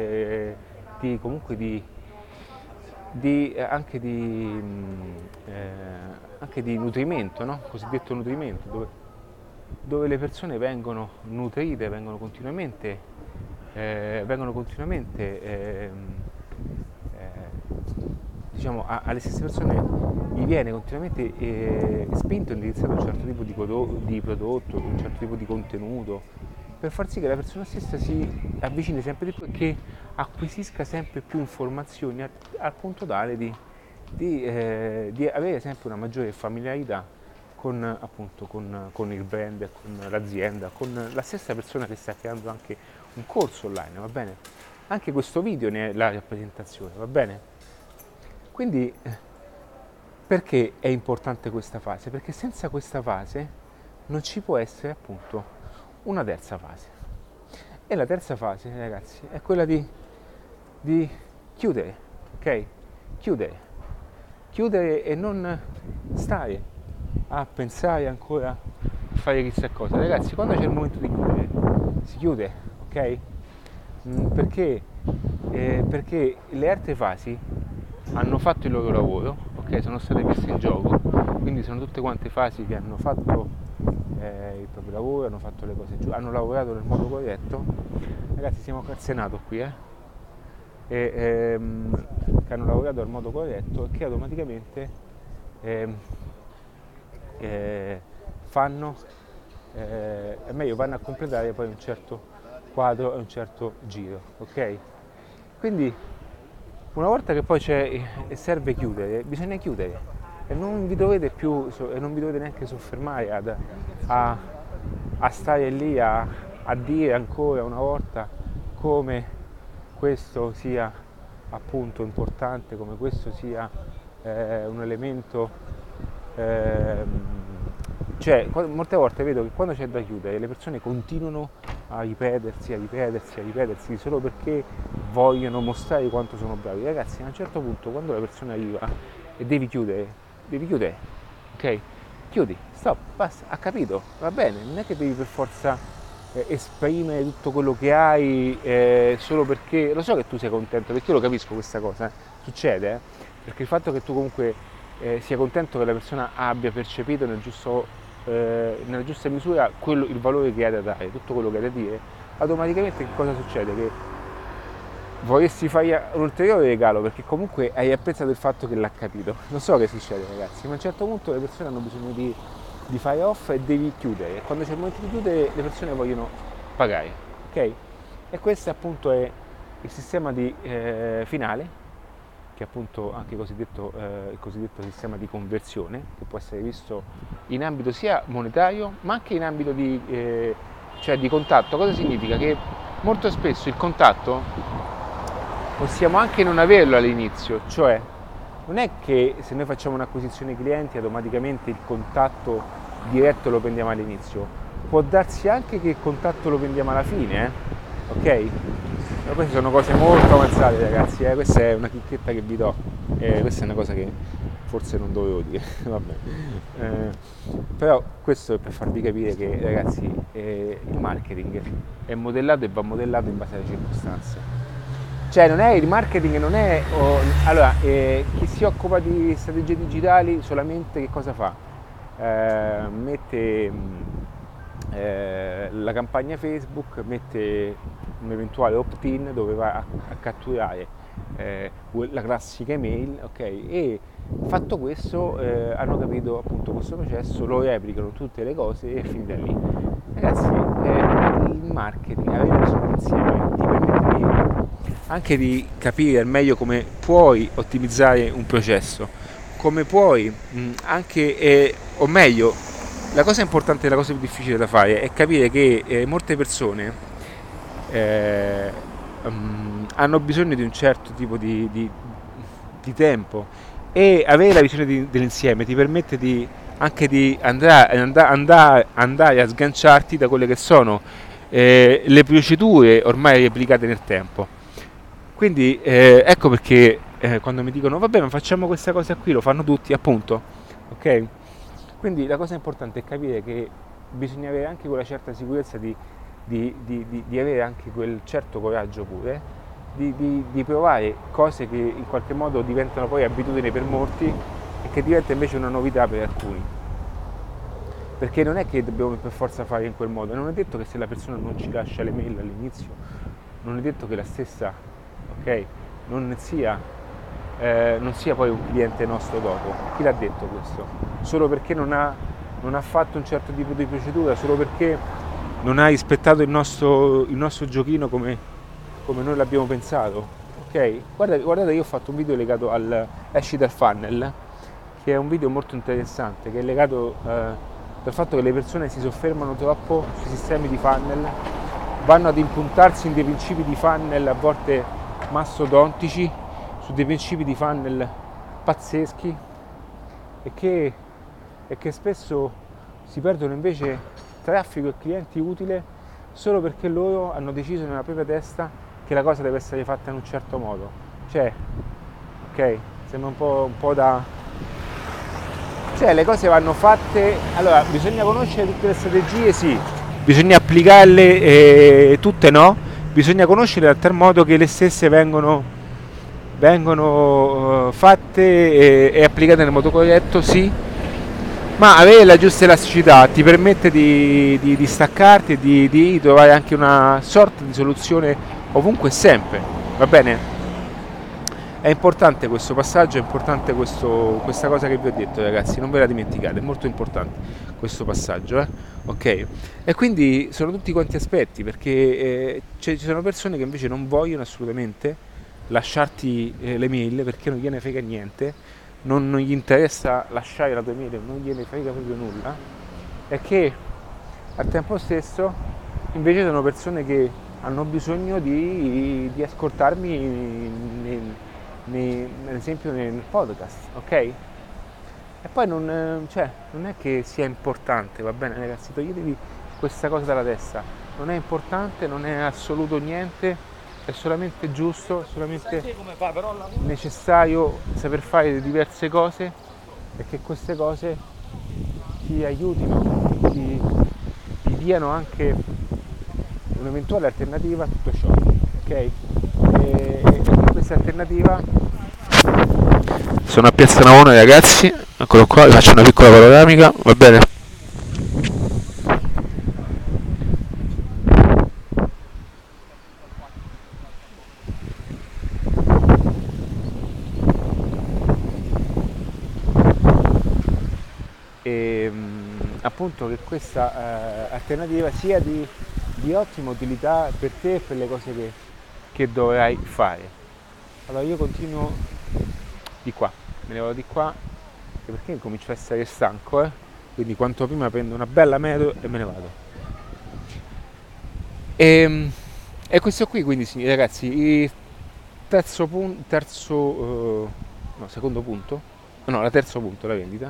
anche di nutrimento, no? Cosiddetto nutrimento, dove le persone vengono nutrite, vengono continuamente diciamo alle stesse persone gli viene continuamente spinto e indirizzato un certo tipo di prodotto, un certo tipo di contenuto, per far sì che la persona stessa si avvicini sempre di più e che acquisisca sempre più informazioni al punto tale di avere sempre una maggiore familiarità con, appunto, con il brand, con l'azienda, con la stessa persona che sta creando anche un corso online, va bene? Anche questo video ne è la rappresentazione, va bene? Quindi perché è importante questa fase? Perché senza questa fase non ci può essere appunto una terza fase. E la terza fase, ragazzi, è quella di chiudere, ok? Chiudere. Chiudere e non stare a pensare ancora a fare chissà cosa. Ragazzi, quando c'è il momento di chiudere, si chiude, ok? Perché le altre fasi hanno fatto il loro lavoro, ok? Sono state messe in gioco, quindi sono tutte quante fasi che hanno fatto il proprio lavoro, hanno fatto le cose giuste, hanno lavorato nel modo corretto. Ragazzi, siamo al Senato qui, che hanno lavorato nel modo corretto e che automaticamente vanno a completare poi un certo quadro e un certo giro, ok? Quindi una volta che poi serve chiudere, bisogna chiudere e non vi dovete più e non vi dovete neanche soffermare a stare lì a dire ancora una volta come questo sia appunto importante come questo sia un elemento, cioè molte volte vedo che quando c'è da chiudere le persone continuano a ripetersi solo perché vogliono mostrare quanto sono bravi. Ragazzi, a un certo punto quando la persona arriva e devi chiudere, ok? Chiudi, stop, basta, ha capito, va bene, non è che devi per forza esprimere tutto quello che hai solo perché, lo so che tu sei contento, perché io lo capisco questa cosa, succede, perché il fatto che tu comunque sia contento che la persona abbia percepito nella giusta misura il valore che hai da dare, tutto quello che hai da dire, automaticamente che cosa succede? Che vorresti fare un ulteriore regalo perché comunque hai apprezzato il fatto che l'ha capito. Non so che succede, ragazzi, ma a un certo punto le persone hanno bisogno di fare off e devi chiudere, e quando c'è il momento di chiudere le persone vogliono pagare, ok? E questo appunto è il sistema finale, che è appunto anche il cosiddetto sistema di conversione, che può essere visto in ambito sia monetario ma anche in ambito cioè di contatto. Cosa significa? Che molto spesso il contatto possiamo anche non averlo all'inizio, cioè non è che se noi facciamo un'acquisizione clienti automaticamente il contatto diretto lo prendiamo all'inizio, può darsi anche che il contatto lo prendiamo alla fine, ok? Ma queste sono cose molto avanzate, ragazzi, questa è una chicchetta che vi do, questa è una cosa che forse non dovevo dire, vabbè. Però questo è per farvi capire che, ragazzi, il marketing è modellato e va modellato in base alle circostanze. Cioè il marketing non è, allora, chi si occupa di strategie digitali solamente che cosa fa? Mette la campagna Facebook, mette un eventuale opt-in dove va a catturare la classica email, ok? E fatto questo hanno capito appunto questo processo, lo replicano tutte le cose e è finita lì. Ragazzi, il marketing, avere persone insieme ti permette anche di capire al meglio come puoi ottimizzare un processo, come puoi anche, o meglio, la cosa importante e la cosa più difficile da fare è capire che molte persone hanno bisogno di un certo tipo di tempo, e avere la visione dell'insieme ti permette anche di andare a sganciarti da quelle che sono le procedure ormai replicate nel tempo. Quindi ecco perché quando mi dicono vabbè, ma facciamo questa cosa qui, lo fanno tutti, appunto, ok? Quindi la cosa importante è capire che bisogna avere anche quella certa sicurezza di avere anche quel certo coraggio pure, di provare cose che in qualche modo diventano poi abitudini per molti e che diventa invece una novità per alcuni. Perché non è che dobbiamo per forza fare in quel modo, non è detto che se la persona non ci lascia le mail all'inizio, non è detto che la stessa, ok, non sia poi un cliente nostro dopo. Chi l'ha detto questo? Solo perché non ha fatto un certo tipo di procedura, solo perché non ha rispettato il nostro giochino come noi l'abbiamo pensato, ok? Guardate, io ho fatto un video legato al esci dal funnel, che è un video molto interessante, che è legato dal fatto che le persone si soffermano troppo sui sistemi di funnel, vanno ad impuntarsi in dei principi di funnel a volte mastodontici, su dei principi di funnel pazzeschi, e che spesso si perdono invece traffico e clienti utile solo perché loro hanno deciso nella propria testa che la cosa deve essere fatta in un certo modo. Cioè, ok, sembra un po' da... Cioè, le cose vanno fatte... Allora, bisogna conoscere tutte le strategie, sì, bisogna applicarle tutte, no? Bisogna conoscerle a tal modo che le stesse vengono fatte e applicate nel modo corretto, sì, ma avere la giusta elasticità ti permette di staccarti e di trovare anche una sorta di soluzione ovunque e sempre, va bene? È importante questo passaggio, è importante questa cosa che vi ho detto, ragazzi, non ve la dimenticate, è molto importante questo passaggio, ok? E quindi sono tutti quanti aspetti, perché ci sono persone che invece non vogliono assolutamente lasciarti le mail perché non gliene frega niente, non gli interessa lasciare la tua mail, non gliene frega proprio nulla, e che al tempo stesso invece sono persone che hanno bisogno di ascoltarmi ad esempio nel podcast, ok? E poi non è che sia importante, va bene ragazzi, toglietevi questa cosa dalla testa, non è importante, non è assoluto niente, è solamente giusto, solamente necessario saper fare diverse cose e che queste cose ti aiutino, ti diano anche un'eventuale alternativa a tutto ciò, ok? E questa alternativa sono a Piazza Navona ragazzi, eccolo qua, vi faccio una piccola panoramica, va bene? E appunto che questa alternativa sia di ottima utilità per te e per le cose che dovrai fare. Allora io continuo di qua, me ne vado di qua perché comincio a essere stanco, quindi quanto prima prendo una bella metro e me ne vado. E questo qui quindi ragazzi, il secondo punto, no, la terzo punto, la vendita,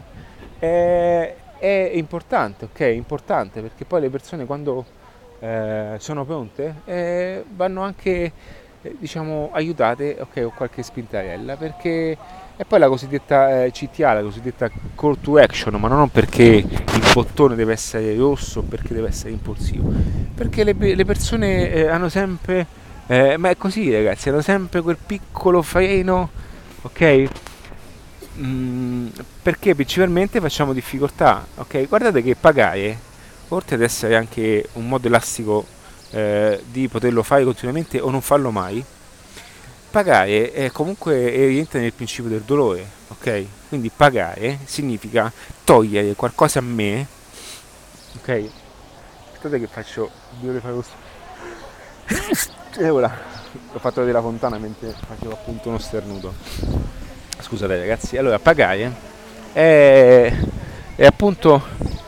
è importante, ok? È importante perché poi le persone quando sono pronte vanno anche diciamo aiutate, ok, con qualche spintarella, perché e poi la cosiddetta CTA, la cosiddetta call to action, ma non perché il bottone deve essere rosso o perché deve essere impulsivo, perché le persone hanno sempre, ma è così ragazzi, hanno sempre quel piccolo freno, ok? Perché principalmente facciamo difficoltà, ok? Guardate che pagare, oltre ad essere anche un modo elastico di poterlo fare continuamente o non farlo mai, pagare è comunque rientra nel principio del dolore, ok? Quindi pagare significa togliere qualcosa a me, ok? Aspettate che faccio, devo fare questo. E ora ho fatto vedere la fontana mentre facevo appunto uno sternuto. Scusate ragazzi, allora pagare è appunto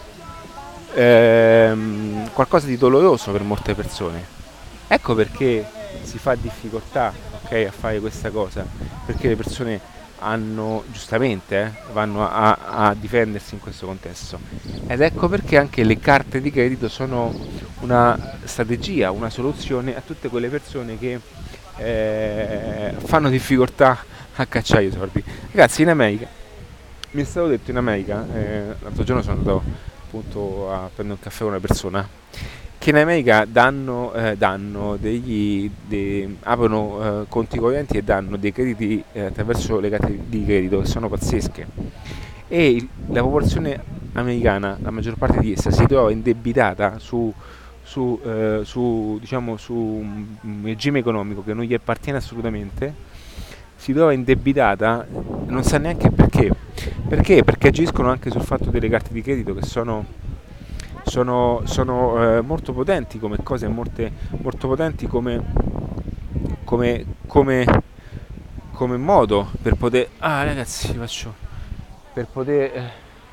qualcosa di doloroso per molte persone. Ecco perché si fa difficoltà, ok, a fare questa cosa, perché le persone hanno giustamente vanno a difendersi in questo contesto. Ed ecco perché anche le carte di credito sono una strategia, una soluzione a tutte quelle persone che fanno difficoltà a cacciare i soldi. Ragazzi, in America, mi è stato detto in America, l'altro giorno sono andato appunto a prendere un caffè con una persona, che in America aprono conti correnti e danno dei crediti attraverso le carte di credito che sono pazzesche. E la popolazione americana, la maggior parte di essa, si trova indebitata diciamo, su un regime economico che non gli appartiene assolutamente, si trova indebitata, non sa neanche perché. Perché agiscono anche sul fatto delle carte di credito che sono molto potenti come cose, molto potenti come modo per poter. Ah ragazzi, faccio. Per poter.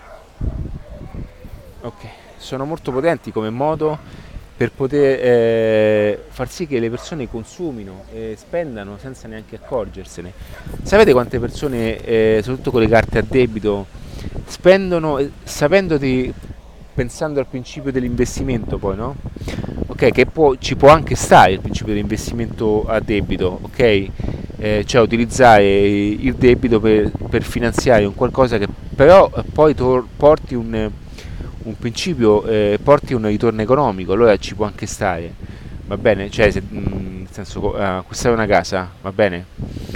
Ok, sono molto potenti come modo per poter far sì che le persone consumino e spendano senza neanche accorgersene. Sapete quante persone, soprattutto con le carte a debito, spendono pensando al principio dell'investimento poi, no? Ok, che ci può anche stare il principio dell'investimento a debito, ok? Cioè utilizzare il debito per finanziare un qualcosa che però poi porti un principio, porti un ritorno economico, allora ci può anche stare, va bene? Cioè, nel senso, acquistare una casa, va bene?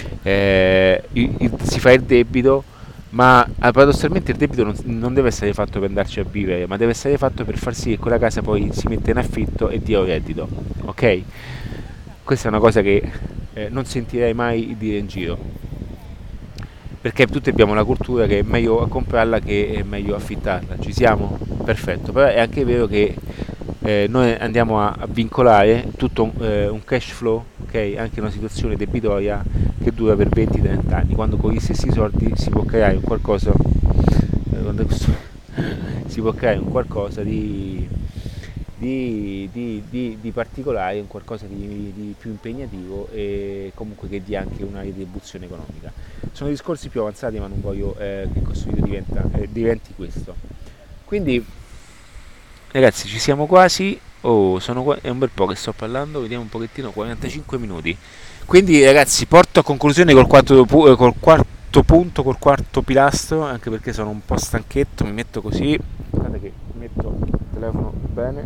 Si fa il debito, ma paradossalmente il debito non deve essere fatto per andarci a vivere, ma deve essere fatto per far sì che quella casa poi si metta in affitto e dia un reddito, ok? Questa è una cosa che non sentirei mai dire in giro, perché tutti abbiamo la cultura che è meglio comprarla che è meglio affittarla, ci siamo? Perfetto, però è anche vero che noi andiamo a vincolare tutto un cash flow, ok? Anche una situazione debitoria che dura per 20-30 anni, quando con gli stessi soldi si può creare un qualcosa si può creare un qualcosa di particolare, un qualcosa di più impegnativo e comunque che dia anche una retribuzione economica. Sono discorsi più avanzati, ma non voglio che questo video diventi questo. Quindi ragazzi, ci siamo quasi. È un bel po' che sto parlando, vediamo un pochettino, 45 minuti. Quindi ragazzi, porto a conclusione col quarto punto, col quarto pilastro, anche perché sono un po' stanchetto, mi metto così. Guardate che metto il telefono bene.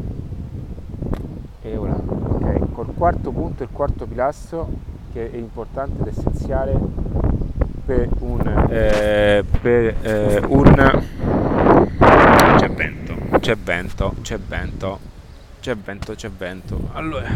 E ora, ok, col quarto punto e il quarto pilastro, che è importante ed essenziale per un c'è vento. Allora,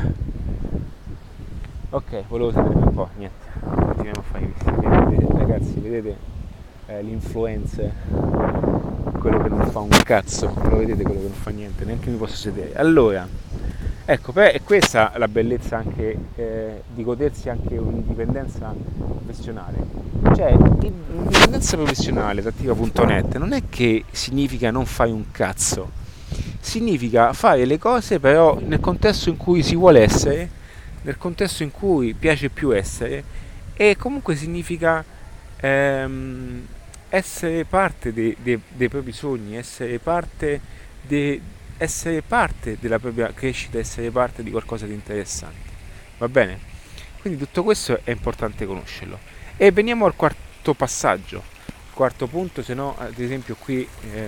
ok, volevo sapere un po', niente, continuiamo a fare i visti. Ragazzi, vedete l'influencer, quello che non fa un cazzo, lo vedete, quello che non fa niente, neanche mi posso sedere. Allora, ecco, è questa la bellezza anche di godersi anche un'indipendenza professionale. Cioè, l'indipendenza professionale, Tattiva.net, non è che significa non fai un cazzo, significa fare le cose però nel contesto in cui si vuole essere, nel contesto in cui piace più essere, e comunque significa essere parte dei propri sogni, essere parte della propria crescita, essere parte di qualcosa di interessante. Va bene? Quindi tutto questo è importante conoscerlo. E veniamo al quarto passaggio, quarto punto, se no ad esempio qui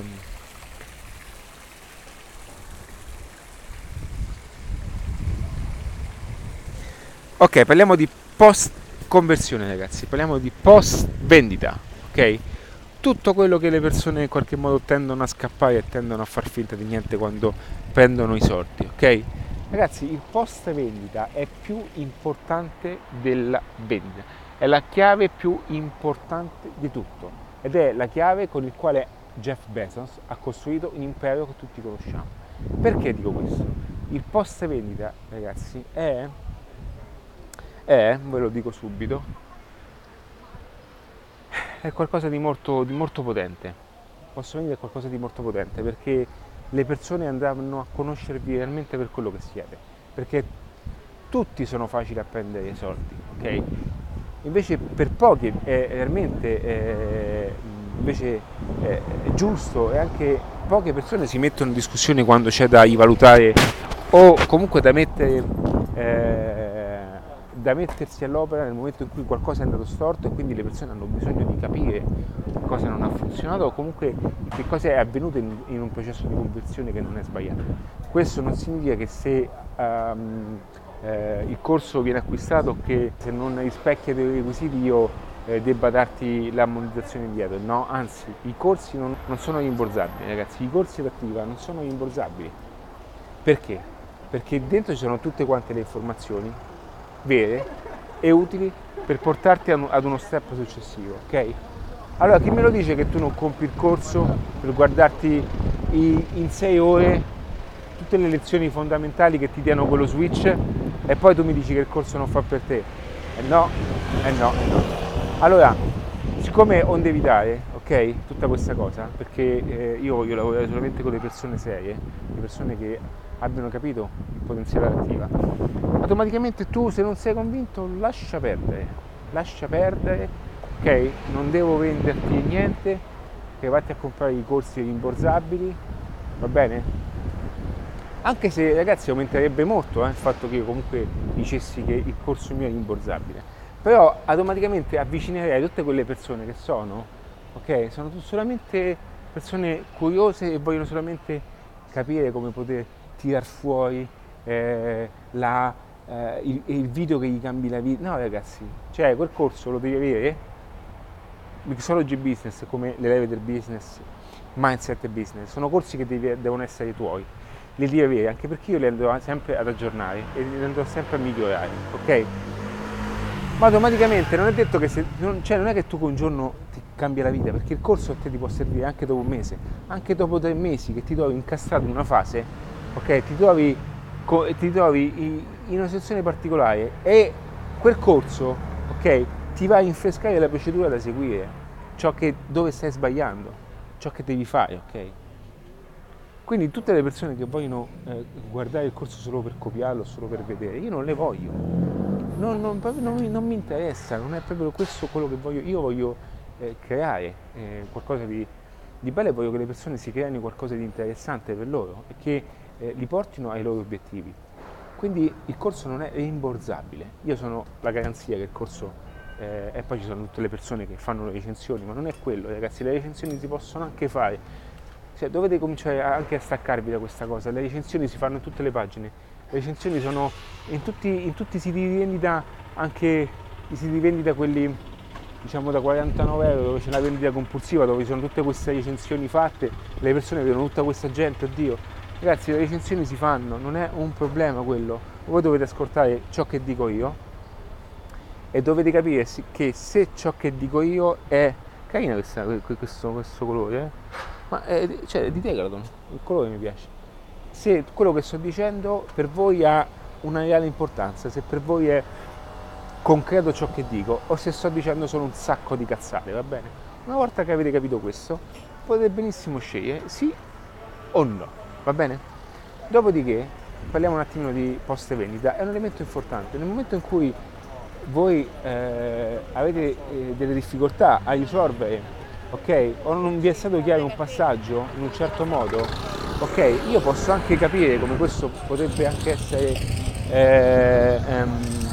ok, parliamo di post conversione, ragazzi, parliamo di post vendita, ok? Tutto quello che le persone in qualche modo tendono a scappare e tendono a far finta di niente quando prendono i soldi, ok? Ragazzi, il post vendita è più importante della vendita, è la chiave più importante di tutto ed è la chiave con il quale Jeff Bezos ha costruito un impero che tutti conosciamo. Perché dico questo? Il post vendita, ragazzi, ve lo dico subito, è qualcosa di molto potente. Posso dire che è qualcosa di molto potente, perché le persone andranno a conoscervi realmente per quello che siete, perché tutti sono facili a prendere i soldi, ok? Invece per pochi è realmente invece è giusto, e anche poche persone si mettono in discussione quando c'è da rivalutare o comunque da mettersi all'opera nel momento in cui qualcosa è andato storto, e quindi le persone hanno bisogno di capire cosa non ha funzionato o comunque che cosa è avvenuto in un processo di conversione che non è sbagliato. Questo non significa che se il corso viene acquistato, che se non rispecchia dei requisiti io debba darti la monetizzazione indietro. No, anzi, i corsi non sono rimborsabili, ragazzi, i corsi d'attiva non sono rimborsabili. Perché? Perché dentro ci sono tutte quante le informazioni vere e utili per portarti ad uno step successivo, ok? Allora, chi me lo dice che tu non compri il corso per guardarti in 6 ore tutte le lezioni fondamentali che ti diano quello switch e poi tu mi dici che il corso non fa per te? No. Allora, siccome onde evitare, ok, tutta questa cosa, perché io voglio lavorare solamente con le persone serie, le persone che abbiano capito il potenziale attiva, automaticamente tu, se non sei convinto, lascia perdere, ok? Non devo venderti niente, che vatti a comprare i corsi rimborsabili, va bene? Anche se, ragazzi, aumenterebbe molto il fatto che io comunque dicessi che il corso mio è rimborsabile, però automaticamente avvicinerei tutte quelle persone che sono, ok? Sono solamente persone curiose e vogliono solamente capire come poter tirar fuori il video che gli cambi la vita. No, ragazzi, cioè quel corso lo devi avere. Mixology Business, come le leve del business, Mindset Business, sono corsi che devono essere tuoi, li devi avere, anche perché io li andrò sempre ad aggiornare e li andrò sempre a migliorare, ok? Ma automaticamente non è detto che non è che tu un giorno ti cambia la vita, perché il corso a te ti può servire anche dopo un mese, anche dopo 3 mesi che ti trovi incastrato in una fase, ok? Ti trovi in una situazione particolare e quel corso, ok, ti va a rinfrescare la procedura da seguire, dove stai sbagliando, ciò che devi fare, ok? Quindi tutte le persone che vogliono guardare il corso solo per copiarlo, solo per vedere, io non le voglio, non mi interessa, non è proprio questo quello che voglio. Io voglio creare qualcosa di bello, e voglio che le persone si creino qualcosa di interessante per loro e che li portino ai loro obiettivi. Quindi il corso non è rimborsabile, io sono la garanzia che il corso e poi ci sono tutte le persone che fanno le recensioni, ma non è quello, ragazzi. Le recensioni si possono anche fare, cioè dovete cominciare anche a staccarvi da questa cosa. Le recensioni si fanno in tutte le pagine, le recensioni sono in tutti i siti di vendita, anche i siti di vendita quelli diciamo da 49 euro, dove c'è la vendita compulsiva, dove ci sono tutte queste recensioni fatte, le persone vedono tutta questa gente. Oddio, ragazzi, le recensioni si fanno, non è un problema quello. Voi dovete ascoltare ciò che dico io e dovete capire che se ciò che dico io è carina questo colore, ma cioè di Decathlon, il colore mi piace. Se quello che sto dicendo per voi ha una reale importanza, se per voi è concreto ciò che dico, o se sto dicendo solo un sacco di cazzate, va bene? Una volta che avete capito questo, potete benissimo scegliere sì o no, va bene? Dopodiché parliamo un attimino di post vendita. È un elemento importante. Nel momento in cui voi avete delle difficoltà a risolvere, ok? O non vi è stato chiaro un passaggio in un certo modo, ok? Io posso anche capire come questo potrebbe anche essere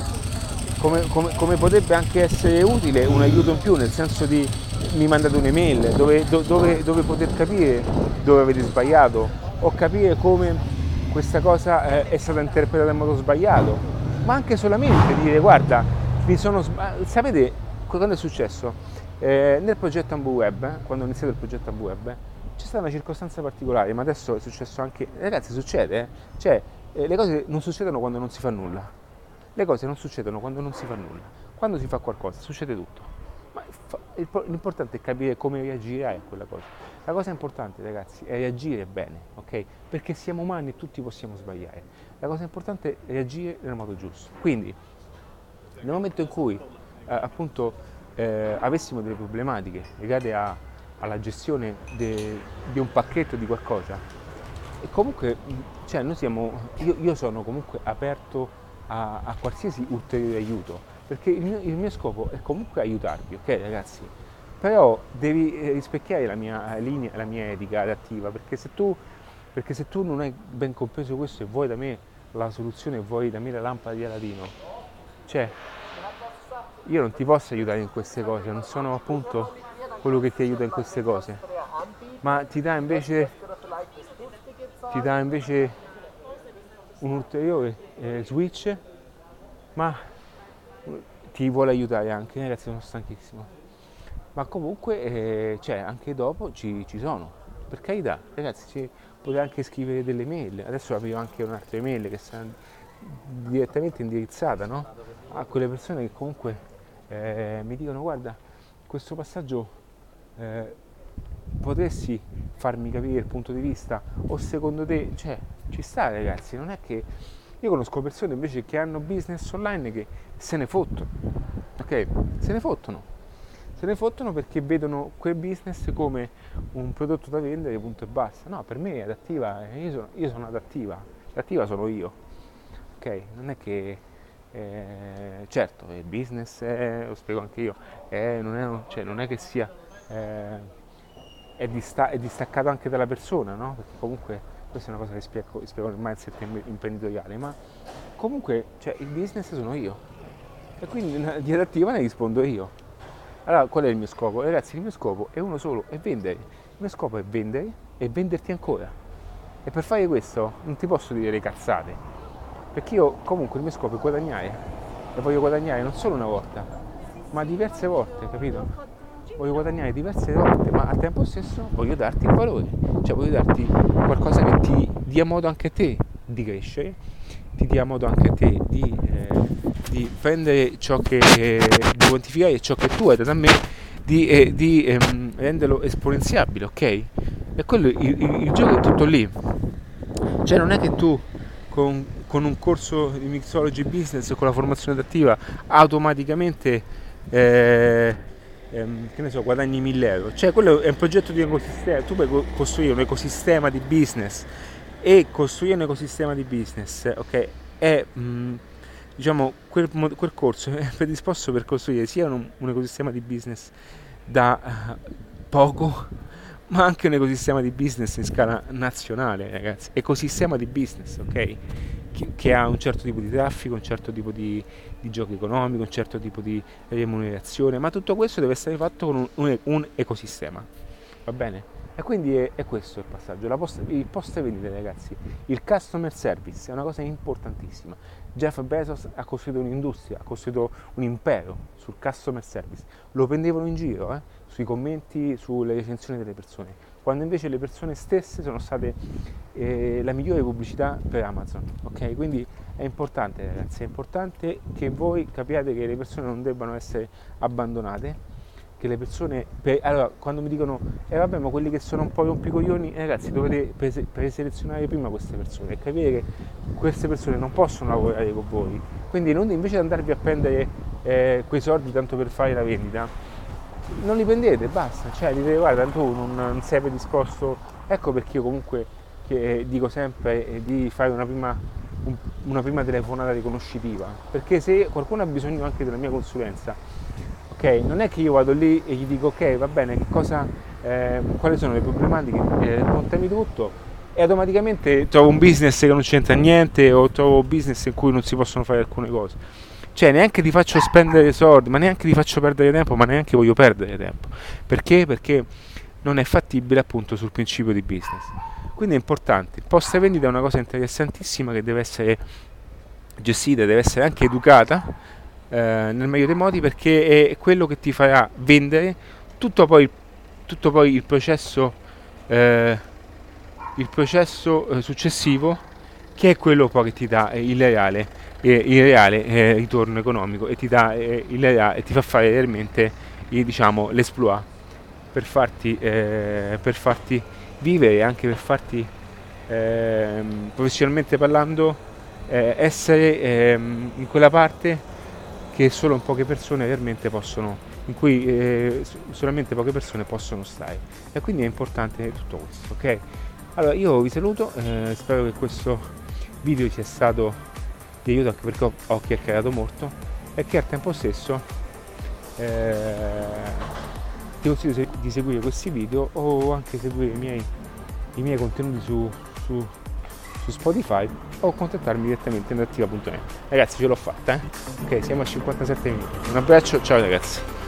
come potrebbe anche essere utile un aiuto in più, nel senso di mi mandate un'email dove poter capire dove avete sbagliato o capire come questa cosa è stata interpretata in modo sbagliato, ma anche solamente dire guarda, sapete cosa è successo? Nel progetto AmbuWeb, quando ho iniziato il progetto AmbuWeb, c'è stata una circostanza particolare, ma adesso è successo anche, ragazzi, succede, cioè le cose non succedono quando non si fa nulla. Le cose non succedono quando non si fa nulla. Quando si fa qualcosa succede tutto. Ma l'importante è capire come reagire a quella cosa. La cosa importante, ragazzi, è reagire bene, ok? Perché siamo umani e tutti possiamo sbagliare. La cosa importante è reagire nel modo giusto. Quindi, nel momento in cui appunto avessimo delle problematiche legate alla gestione di un pacchetto di qualcosa, e comunque, cioè io sono comunque aperto a qualsiasi ulteriore aiuto, perché il mio scopo è comunque aiutarvi, ok ragazzi? Però devi rispecchiare la mia linea, la mia etica adattiva, perché se tu non hai ben compreso questo e vuoi da me la soluzione, vuoi da me la lampada di Aladino, cioè io non ti posso aiutare in queste cose, non sono appunto quello che ti aiuta in queste cose, ma ti dà invece un ulteriore switch, ma ti vuole aiutare anche, ragazzi. Sono stanchissimo, ma comunque cioè, anche dopo ci sono, per carità, ragazzi. Potete anche scrivere delle mail. Adesso avevo anche un'altra email che sarà direttamente indirizzata, no? A quelle persone che comunque mi dicono guarda, questo passaggio potresti farmi capire il punto di vista, o secondo te, cioè ci sta, ragazzi. Non è che io conosco persone invece che hanno business online che se ne fottono, ok? Se ne fottono perché vedono quel business come un prodotto da vendere, punto e basta. No, per me è adattiva, io sono adattiva sono io, ok? Non è che certo il business lo spiego anche io, non è che sia è distaccato anche dalla persona, no? Perché comunque questa è una cosa che spiego nel mindset imprenditoriale, ma comunque cioè, il business sono io e quindi di adattiva ne rispondo io. Allora qual è il mio scopo? Ragazzi, il mio scopo è uno solo, è vendere. Il mio scopo è vendere e venderti ancora, e per fare questo non ti posso dire le cazzate, perché io comunque il mio scopo è guadagnare, e voglio guadagnare non solo una volta ma diverse volte, capito? Voglio guadagnare diverse volte, ma al tempo stesso voglio darti il valore, cioè voglio darti qualcosa che ti dia modo anche a te di crescere, ti dia modo anche a te di prendere ciò che di quantificare ciò che tu hai da me, di renderlo esponenziabile, ok? E quello il gioco è tutto lì. Cioè non è che tu con un corso di mixology business, con la formazione adattiva automaticamente che ne so, guadagni 1.000 euro, cioè quello è un progetto di ecosistema. Tu puoi costruire un ecosistema di business, e costruire un ecosistema di business, ok, è diciamo quel corso è predisposto per costruire sia un ecosistema di business da poco, ma anche un ecosistema di business in scala nazionale, ragazzi. Ecosistema di business, ok? Che ha un certo tipo di traffico, un certo tipo di gioco economico, un certo tipo di remunerazione, ma tutto questo deve essere fatto con un ecosistema, va bene? E quindi è questo il passaggio, il post vendita, ragazzi, il customer service è una cosa importantissima. Jeff Bezos ha costruito un'industria, ha costruito un impero sul customer service, lo prendevano in giro, sui commenti, sulle recensioni delle persone, quando invece le persone stesse sono state la migliore pubblicità per Amazon, ok? Quindi è importante, ragazzi, è importante che voi capiate che le persone non debbano essere abbandonate, che le persone, allora, quando mi dicono vabbè, ma quelli che sono un po' rompicoglioni, ragazzi, dovete preselezionare prima queste persone e capire che queste persone non possono lavorare con voi, quindi invece di andarvi a prendere quei soldi tanto per fare la vendita, non li prendete, basta, cioè dite guarda, tu non sei predisposto. Ecco perché io comunque dico sempre di fare una prima telefonata riconoscitiva, perché se qualcuno ha bisogno anche della mia consulenza, ok, non è che io vado lì e gli dico ok, va bene, quali sono le problematiche, raccontami tutto, e automaticamente trovo un business che non c'entra niente, o trovo business in cui non si possono fare alcune cose. Cioè neanche ti faccio spendere soldi, ma neanche ti faccio perdere tempo, ma neanche voglio perdere tempo. Perché? Perché non è fattibile appunto sul principio di business. Quindi è importante. Il post vendita è una cosa interessantissima che deve essere gestita, deve essere anche educata nel meglio dei modi, perché è quello che ti farà vendere tutto poi il processo successivo, che è quello poi che ti dà il reale ritorno economico, e ti dà e ti fa fare realmente diciamo l'esploit per farti vivere, anche per farti professionalmente parlando essere in quella parte che solo poche persone realmente possono, in cui solamente poche persone possono stare, e quindi è importante tutto questo, ok? Allora io vi saluto, spero che questo video sia stato di aiuto, anche perché ho chiacchierato molto, e che al tempo stesso ti consiglio di seguire questi video, o anche seguire i miei contenuti su Spotify, o contattarmi direttamente in attiva.net. Ragazzi, ce l'ho fatta, ok, siamo a 57 minuti. Un abbraccio, ciao ragazzi.